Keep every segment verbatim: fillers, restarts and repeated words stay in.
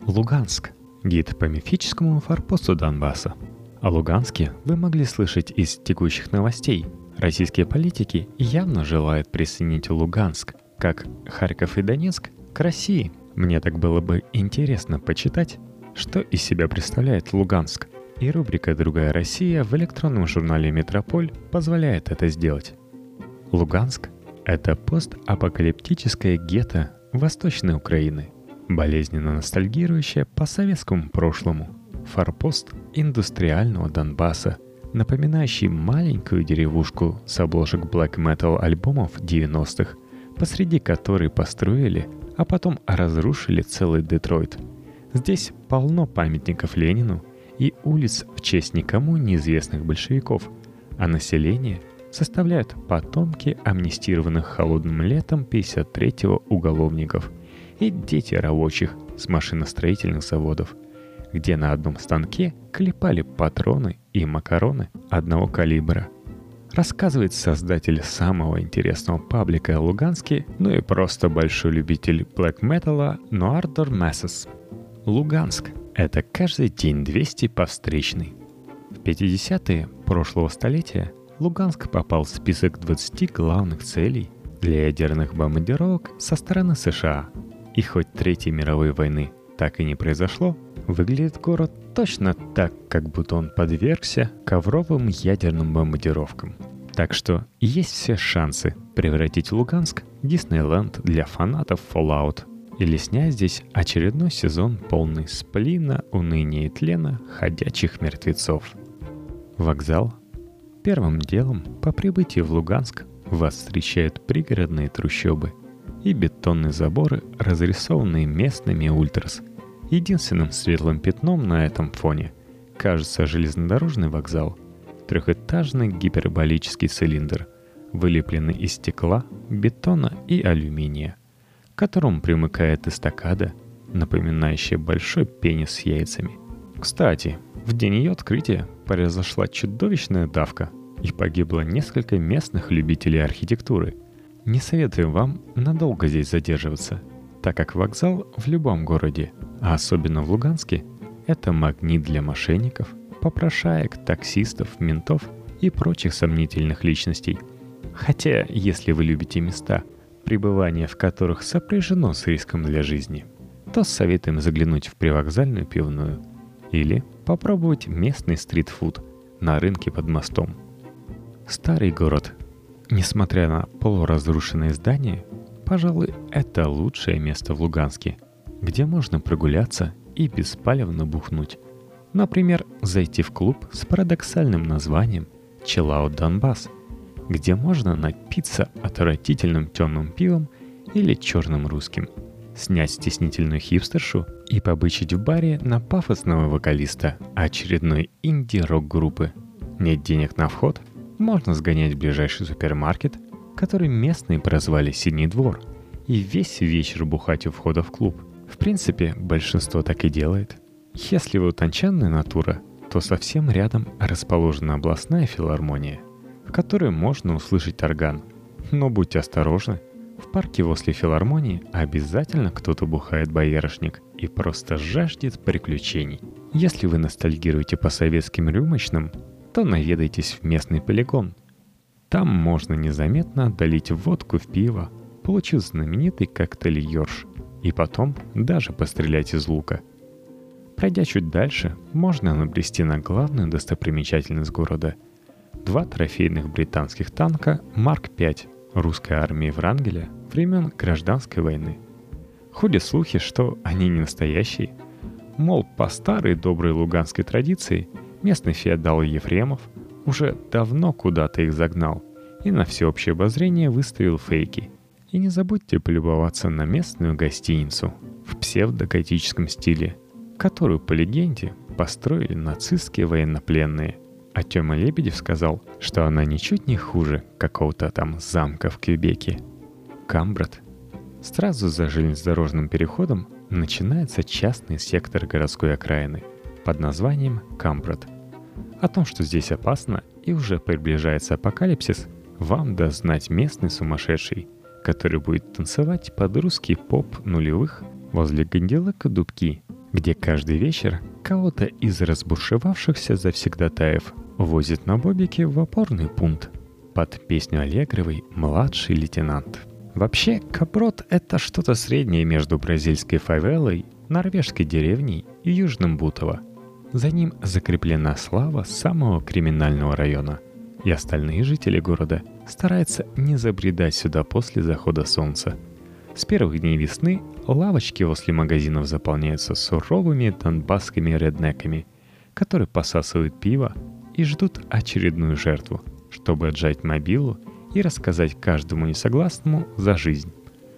Луганск – гид по мифическому форпосту Донбасса. О Луганске вы могли слышать из текущих новостей. Российские политики явно желают присоединить Луганск, как Харьков и Донецк, к России. Мне так было бы интересно почитать, что из себя представляет Луганск. И рубрика «Другая Россия» в электронном журнале «Метрополь» позволяет это сделать. Луганск – это постапокалиптическое гетто Восточной Украины, болезненно ностальгирующее по советскому прошлому, форпост индустриального Донбасса, напоминающий маленькую деревушку с обложек black metal альбомов девяностых, посреди которой построили, а потом разрушили целый Детройт. Здесь полно памятников Ленину и улиц в честь никому неизвестных большевиков, а население составляют потомки амнистированных холодным летом пятьдесят третьего уголовников и дети рабочих с машиностроительных заводов, где на одном станке клепали патроны и макароны одного калибра. Рассказывает создатель самого интересного паблика о Луганске, ну и просто большой любитель блэк-металла Noardor Masses. Луганск – это каждый день двести по встречной. В пятидесятые прошлого столетия Луганск попал в список двадцати главных целей для ядерных бомбардировок со стороны США. И хоть Третьей мировой войны так и не произошло, выглядит город точно так, как будто он подвергся ковровым ядерным бомбардировкам. Так что есть все шансы превратить Луганск в Диснейленд для фанатов Fallout или снять здесь очередной сезон, полный сплина, уныния и тлена ходячих мертвецов. Вокзал. Первым делом по прибытии в Луганск вас встречают пригородные трущобы и бетонные заборы, разрисованные местными ультрас. Единственным светлым пятном на этом фоне кажется железнодорожный вокзал, трехэтажный гиперболический цилиндр, вылепленный из стекла, бетона и алюминия, к которому примыкает эстакада, напоминающая большой пенис с яйцами. Кстати, в день ее открытия произошла чудовищная давка и погибло несколько местных любителей архитектуры. Не советую вам надолго здесь задерживаться, так как вокзал в любом городе, а особенно в Луганске, это магнит для мошенников, попрошаек, таксистов, ментов и прочих сомнительных личностей. Хотя, если вы любите места, пребывание в которых сопряжено с риском для жизни, то советуем заглянуть в привокзальную пивную или попробовать местный стритфуд на рынке под мостом. Старый город. Несмотря на полуразрушенные здания, пожалуй, это лучшее место в Луганске, где можно прогуляться и беспалевно бухнуть. Например, зайти в клуб с парадоксальным названием Chill Out Donbass, где можно напиться отвратительным темным пивом или черным русским, снять стеснительную хипстершу и побычить в баре на пафосного вокалиста очередной инди-рок-группы. Нет денег на вход? Можно сгонять в ближайший супермаркет, который местные прозвали «Синий двор», и весь вечер бухать у входа в клуб. В принципе, большинство так и делает. Если вы утонченная натура, то совсем рядом расположена областная филармония, в которой можно услышать орган. Но будьте осторожны, в парке возле филармонии обязательно кто-то бухает боярышник и просто жаждет приключений. Если вы ностальгируете по советским рюмочным, то наведайтесь в местный полигон. Там можно незаметно долить водку в пиво, получив знаменитый коктейль «Йорш», и потом даже пострелять из лука. Пройдя чуть дальше, можно набрести на главную достопримечательность города. Два трофейных британских танка Марк пять русской армии Врангеля времен Гражданской войны. Ходят слухи, что они не настоящие. Мол, по старой доброй луганской традиции местный феодал Ефремов уже давно куда-то их загнал и на всеобщее обозрение выставил фейки. И не забудьте полюбоваться на местную гостиницу в псевдоготическом стиле, которую, по легенде, построили нацистские военнопленные. А Тёма Лебедев сказал, что она ничуть не хуже какого-то там замка в Квебеке. Камбрат. Сразу за железнодорожным переходом начинается частный сектор городской окраины под названием Камбрат. О том, что здесь опасно и уже приближается апокалипсис, вам даст знать местный сумасшедший, который будет танцевать под русский поп нулевых возле Ганделека Дубки, где каждый вечер кого-то из разбушевавшихся завсегдатаев возит на бобике в опорный пункт под песню Аллегровой «Младший лейтенант». Вообще, Каброд — это что-то среднее между бразильской фавелой, норвежской деревней и Южным Бутово. За ним закреплена слава самого криминального района, и остальные жители города стараются не забредать сюда после захода солнца. С первых дней весны лавочки возле магазинов заполняются суровыми донбасскими реднеками, которые посасывают пиво и ждут очередную жертву, чтобы отжать мобилу и рассказать каждому несогласному за жизнь.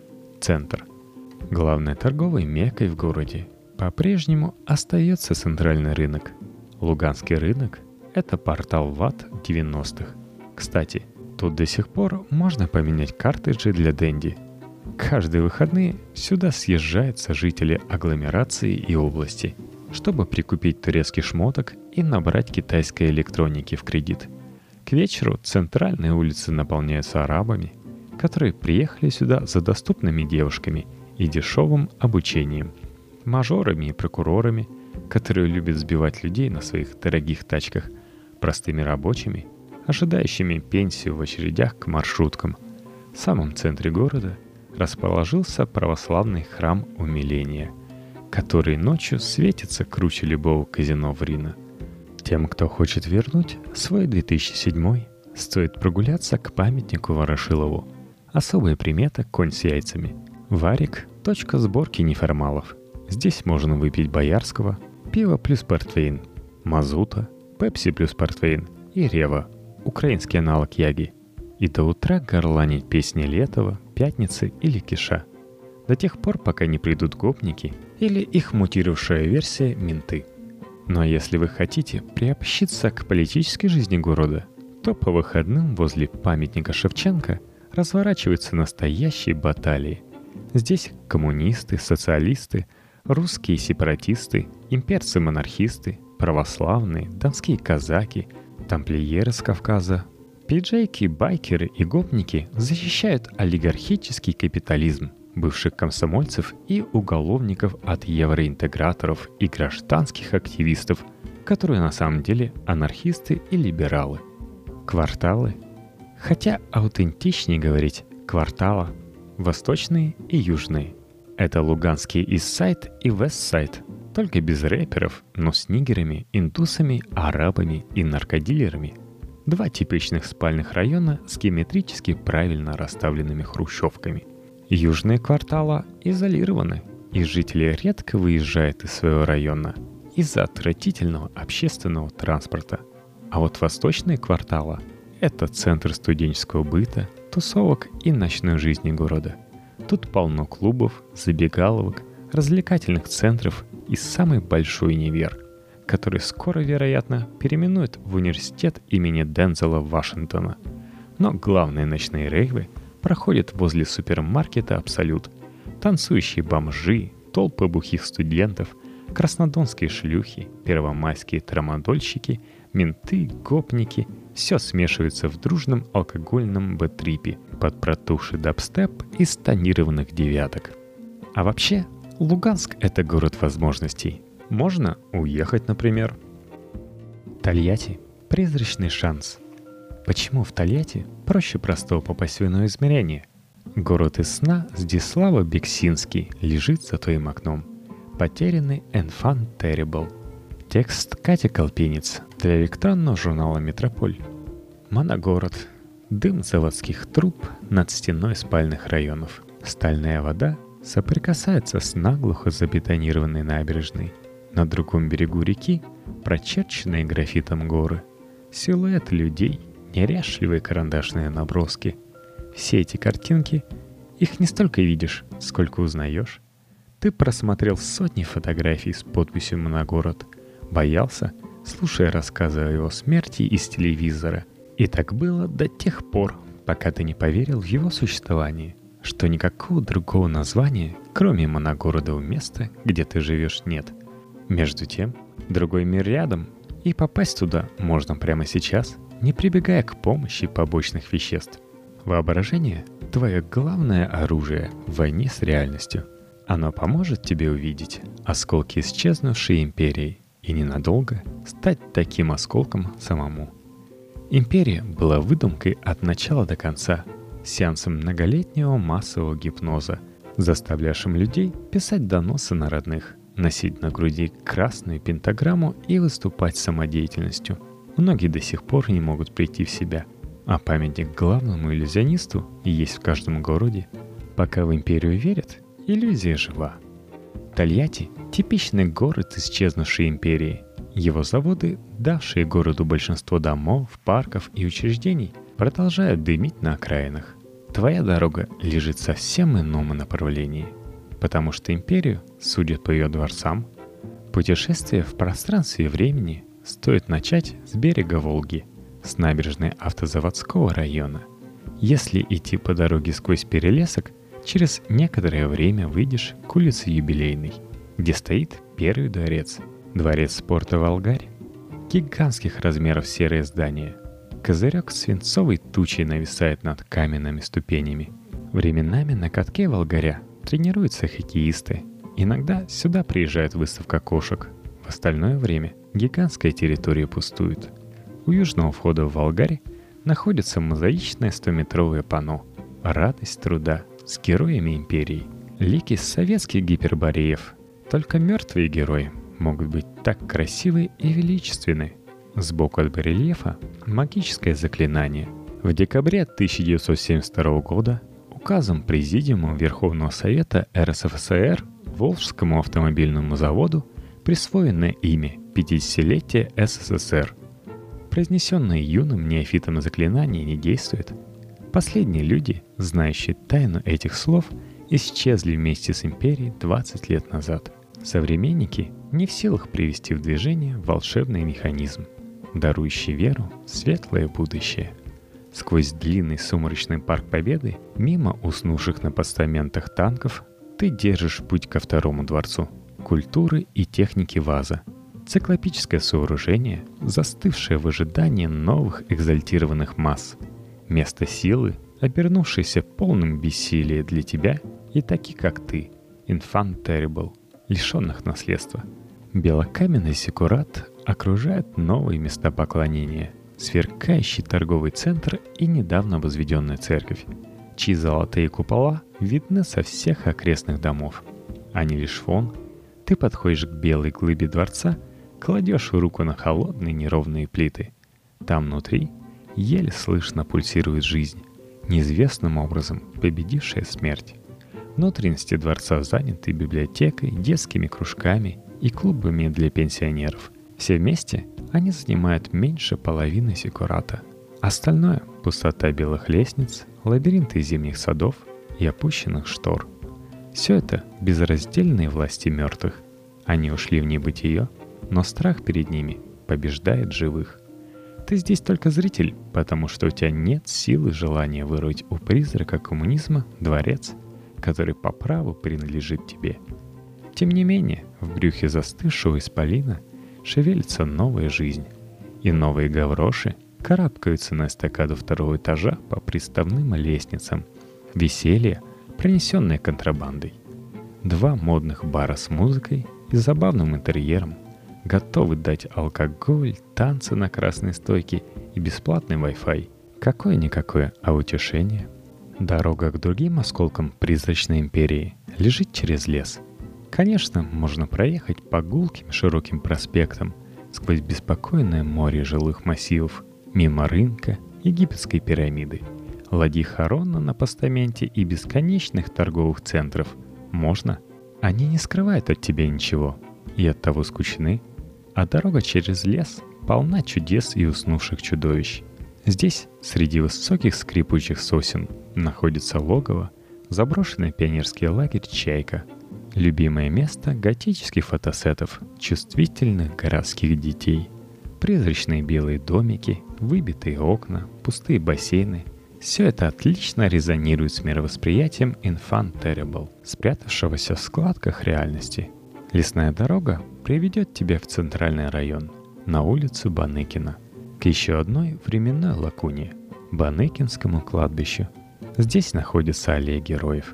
Центр. Главной торговой меккой в городе по-прежнему остается центральный рынок. Луганский рынок – это портал ВАД девяностых. Кстати, тут до сих пор можно поменять картриджи для Денди. Каждые выходные сюда съезжаются жители агломерации и области, чтобы прикупить турецкий шмоток и набрать китайской электроники в кредит. К вечеру центральные улицы наполняются арабами, которые приехали сюда за доступными девушками и дешевым обучением, мажорами и прокурорами, которые любят сбивать людей на своих дорогих тачках, простыми рабочими, ожидающими пенсию в очередях к маршруткам. В самом центре города расположился православный храм Умиления, который ночью светится круче любого казино в Рино. Тем, кто хочет вернуть свой две тысячи седьмой, стоит прогуляться к памятнику Ворошилову. Особая примета – конь с яйцами. Варик – точка сборки неформалов. Здесь можно выпить боярского, пиво плюс портвейн, мазута, пепси плюс портвейн и рева – украинский аналог яги. И до утра горланить песни Летова, Пятницы или Киша. До тех пор, пока не придут гопники или их мутировавшая версия менты. Ну а если вы хотите приобщиться к политической жизни города, то по выходным возле памятника Шевченко разворачиваются настоящие баталии. Здесь коммунисты, социалисты, русские сепаратисты, имперцы-монархисты, православные, донские казаки, тамплиеры с Кавказа, пиджейки, байкеры и гопники защищают олигархический капитализм, бывших комсомольцев и уголовников от евроинтеграторов и гражданских активистов, которые на самом деле анархисты и либералы. Кварталы. Хотя аутентичнее говорить квартала. Восточные и южные. Это луганский Ист-Сайд и Вест-Сайд, только без рэперов, но с нигерами, индусами, арабами и наркодилерами. Два типичных спальных района с геометрически правильно расставленными хрущевками. Южные квартала изолированы, и жители редко выезжают из своего района из-за отвратительного общественного транспорта. А вот восточные квартала – это центр студенческого быта, тусовок и ночной жизни города. Тут полно клубов, забегаловок, развлекательных центров и самый большой универ, который скоро, вероятно, переименуют в университет имени Дензела Вашингтона. Но главные ночные рейвы проходят возле супермаркета «Абсолют». Танцующие бомжи, толпы бухих студентов, краснодонские шлюхи, первомайские трамадольщики, менты, гопники – все смешивается в дружном алкогольном бэтрипе под протухший дабстеп из тонированных девяток. А вообще, Луганск – это город возможностей. Можно уехать, например. Тольятти – призрачный шанс. Почему в Тольятти проще простого попасть в иное измерение? Город из сна Здислава Бексинский лежит за твоим окном. Потерянный enfant terrible. Текст Катя Колпинец для электронного журнала «Метрополь». Моногород. Дым заводских труб над стеной спальных районов. Стальная вода соприкасается с наглухо забетонированной набережной. На другом берегу реки прочерченные графитом горы. Силуэты людей, неряшливые карандашные наброски. Все эти картинки, их не столько видишь, сколько узнаешь. Ты просмотрел сотни фотографий с подписью «Моногород», боялся, слушая рассказы о его смерти из телевизора. И так было до тех пор, пока ты не поверил в его существование, что никакого другого названия, кроме Моногорода у места, где ты живешь, нет. Между тем, другой мир рядом, и попасть туда можно прямо сейчас, не прибегая к помощи побочных веществ. Воображение – твое главное оружие в войне с реальностью. Оно поможет тебе увидеть осколки исчезнувшей империи и ненадолго стать таким осколком самому. Империя была выдумкой от начала до конца, сеансом многолетнего массового гипноза, заставлявшим людей писать доносы на родных, носить на груди красную пентаграмму и выступать самодеятельностью. Многие до сих пор не могут прийти в себя, а памятник главному иллюзионисту есть в каждом городе. Пока в империю верят, иллюзия жива. Тольятти – типичный город исчезнувшей империи. Его заводы, давшие городу большинство домов, парков и учреждений, продолжают дымить на окраинах. Твоя дорога лежит в совсем ином направлении, потому что империю судят по ее дворцам. Путешествие в пространстве и времени стоит начать с берега Волги, с набережной автозаводского района. Если идти по дороге сквозь перелесок, через некоторое время выйдешь к улице Юбилейной, где стоит первый дворец, дворец спорта «Волгарь». Гигантских размеров серое здание. Козырек свинцовой тучей нависает над каменными ступенями. Временами на катке Волгаря тренируются хоккеисты. Иногда сюда приезжает выставка кошек. В остальное время гигантская территория пустует. У южного входа в Волгарь находится мозаичное стометровое панно «Радость труда» с героями империи. Лики советских гипербореев. Только мертвые герои могут быть так красивы и величественны. Сбоку от барельефа магическое заклинание. В декабре тысяча девятьсот семьдесят второго года указом Президиума Верховного Совета эр эс эф эс эр Волжскому автомобильному заводу присвоено имя пятидесятилетия эс эс эс эр. Произнесенное юным неофитом заклинание не действует. Последние люди, знающие тайну этих слов, исчезли вместе с империей двадцать лет назад. Современники не в силах привести в движение волшебный механизм, дарующий веру в светлое будущее. Сквозь длинный сумрачный парк Победы, мимо уснувших на постаментах танков, ты держишь путь ко второму дворцу культуры и техники ВАЗа. Циклопическое сооружение, застывшее в ожидании новых экзальтированных масс. Место силы, обернувшееся полным бессилия для тебя и таких, как ты, Infant Terrible, лишенных наследства. Белокаменный зиккурат окружает новые места поклонения, сверкающий торговый центр и недавно возведенная церковь, чьи золотые купола видны со всех окрестных домов. Они лишь фон. Ты подходишь к белой глыбе дворца, кладешь руку на холодные неровные плиты. Там внутри еле слышно пульсирует жизнь, неизвестным образом победившая смерть. Внутренности дворца заняты библиотекой, детскими кружками и клубами для пенсионеров. Все вместе они занимают меньше половины зиккурата. Остальное — пустота белых лестниц, лабиринты зимних садов и опущенных штор. Все это безраздельные власти мертвых. Они ушли в небытие, но страх перед ними побеждает живых. Ты здесь только зритель, потому что у тебя нет силы желания вырвать у призрака коммунизма дворец, который по праву принадлежит тебе. Тем не менее, в брюхе застывшего исполина шевелится новая жизнь, и новые гавроши карабкаются на эстакаду второго этажа по приставным лестницам. Веселье, принесенное контрабандой. Два модных бара с музыкой и забавным интерьером готовы дать алкоголь, танцы на красной стойке и бесплатный Wi-Fi. Какое-никакое, а утешение. Дорога к другим осколкам призрачной империи лежит через лес. Конечно, можно проехать по гулким широким проспектам, сквозь беспокойное море жилых массивов, мимо рынка, египетской пирамиды, ладьи Харона на постаменте и бесконечных торговых центров. Можно. Они не скрывают от тебя ничего и оттого скучны. А дорога через лес полна чудес и уснувших чудовищ. Здесь, среди высоких скрипучих сосен, находится логово, заброшенный пионерский лагерь «Чайка», любимое место готических фотосетов, чувствительных городских детей. Призрачные белые домики, выбитые окна, пустые бассейны — все это отлично резонирует с мировосприятием Infant Terrible, спрятавшегося в складках реальности. Лесная дорога приведет тебя в центральный район, на улицу Баныкина, к еще одной временной лакуне — Баныкинскому кладбищу. Здесь находятся аллеи героев.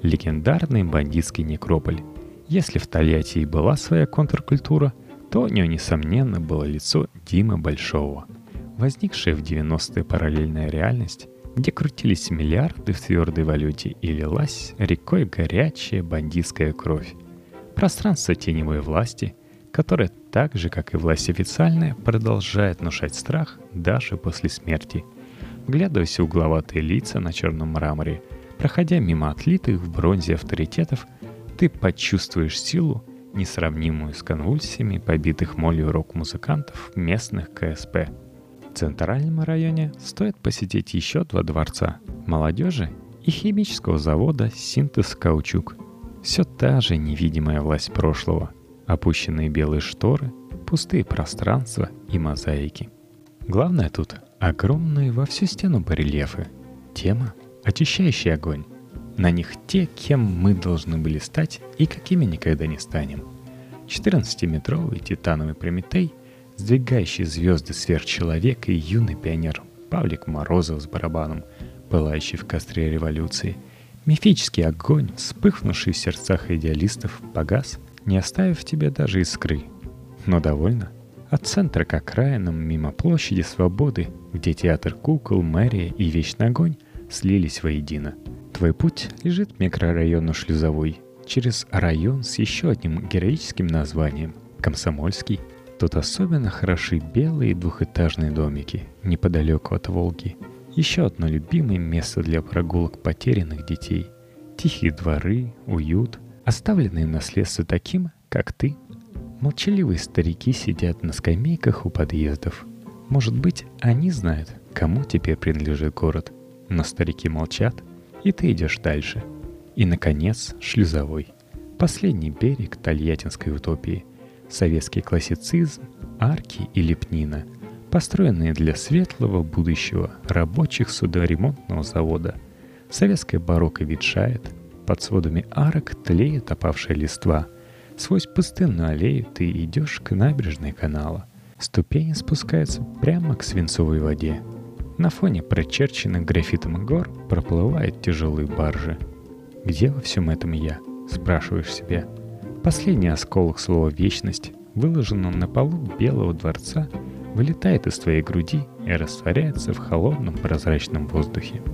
легендарный бандитский некрополь. Если в Тольятти и была своя контркультура, то у нее, несомненно, было лицо Димы Большого. Возникшая в девяностые параллельная реальность, где крутились миллиарды в твердой валюте и лилась рекой горячая бандитская кровь. Пространство теневой власти, которое так же, как и власть официальная, продолжает внушать страх даже после смерти. Вглядываясь в угловатые лица на черном мраморе, проходя мимо отлитых в бронзе авторитетов, ты почувствуешь силу, несравнимую с конвульсиями побитых молью рок-музыкантов местных ка эс пэ. В центральном районе стоит посетить еще два дворца – молодежи и химического завода «Синтез Каучук». Все та же невидимая власть прошлого, опущенные белые шторы, пустые пространства и мозаики. Главное тут – огромные во всю стену барельефы. Тема – очищающий огонь. На них те, кем мы должны были стать и какими никогда не станем. четырнадцатиметровый титановый Прометей, сдвигающий звезды сверхчеловек и юный пионер Павлик Морозов с барабаном, пылающий в костре революции. Мифический огонь, вспыхнувший в сердцах идеалистов, погас, не оставив в тебе даже искры. Но довольно. От центра к окраинам, мимо площади Свободы, где театр кукол, мэрия и вечный огонь слились воедино. Твой путь лежит в микрорайону Шлюзовой, через район с еще одним героическим названием – Комсомольский. Тут особенно хороши белые двухэтажные домики неподалеку от Волги. Еще одно любимое место для прогулок потерянных детей. Тихие дворы, уют, оставленные в наследство таким, как ты. Молчаливые старики сидят на скамейках у подъездов. Может быть, они знают, кому теперь принадлежит город. Но старики молчат, и ты идешь дальше. И, наконец, Шлюзовой. Последний берег тольяттинской утопии. Советский классицизм, арки и лепнина, построенные для светлого будущего рабочих судоремонтного завода. Советское барокко ветшает, под сводами арок тлеет опавшая листва. Сквозь пустынную аллею ты идешь к набережной канала. Ступени спускаются прямо к свинцовой воде. На фоне прочерченных графитом гор проплывают тяжелые баржи. «Где во всем этом я?» – спрашиваешь себя. Последний осколок слова «вечность», выложенного на полу Белого дворца, вылетает из твоей груди и растворяется в холодном прозрачном воздухе.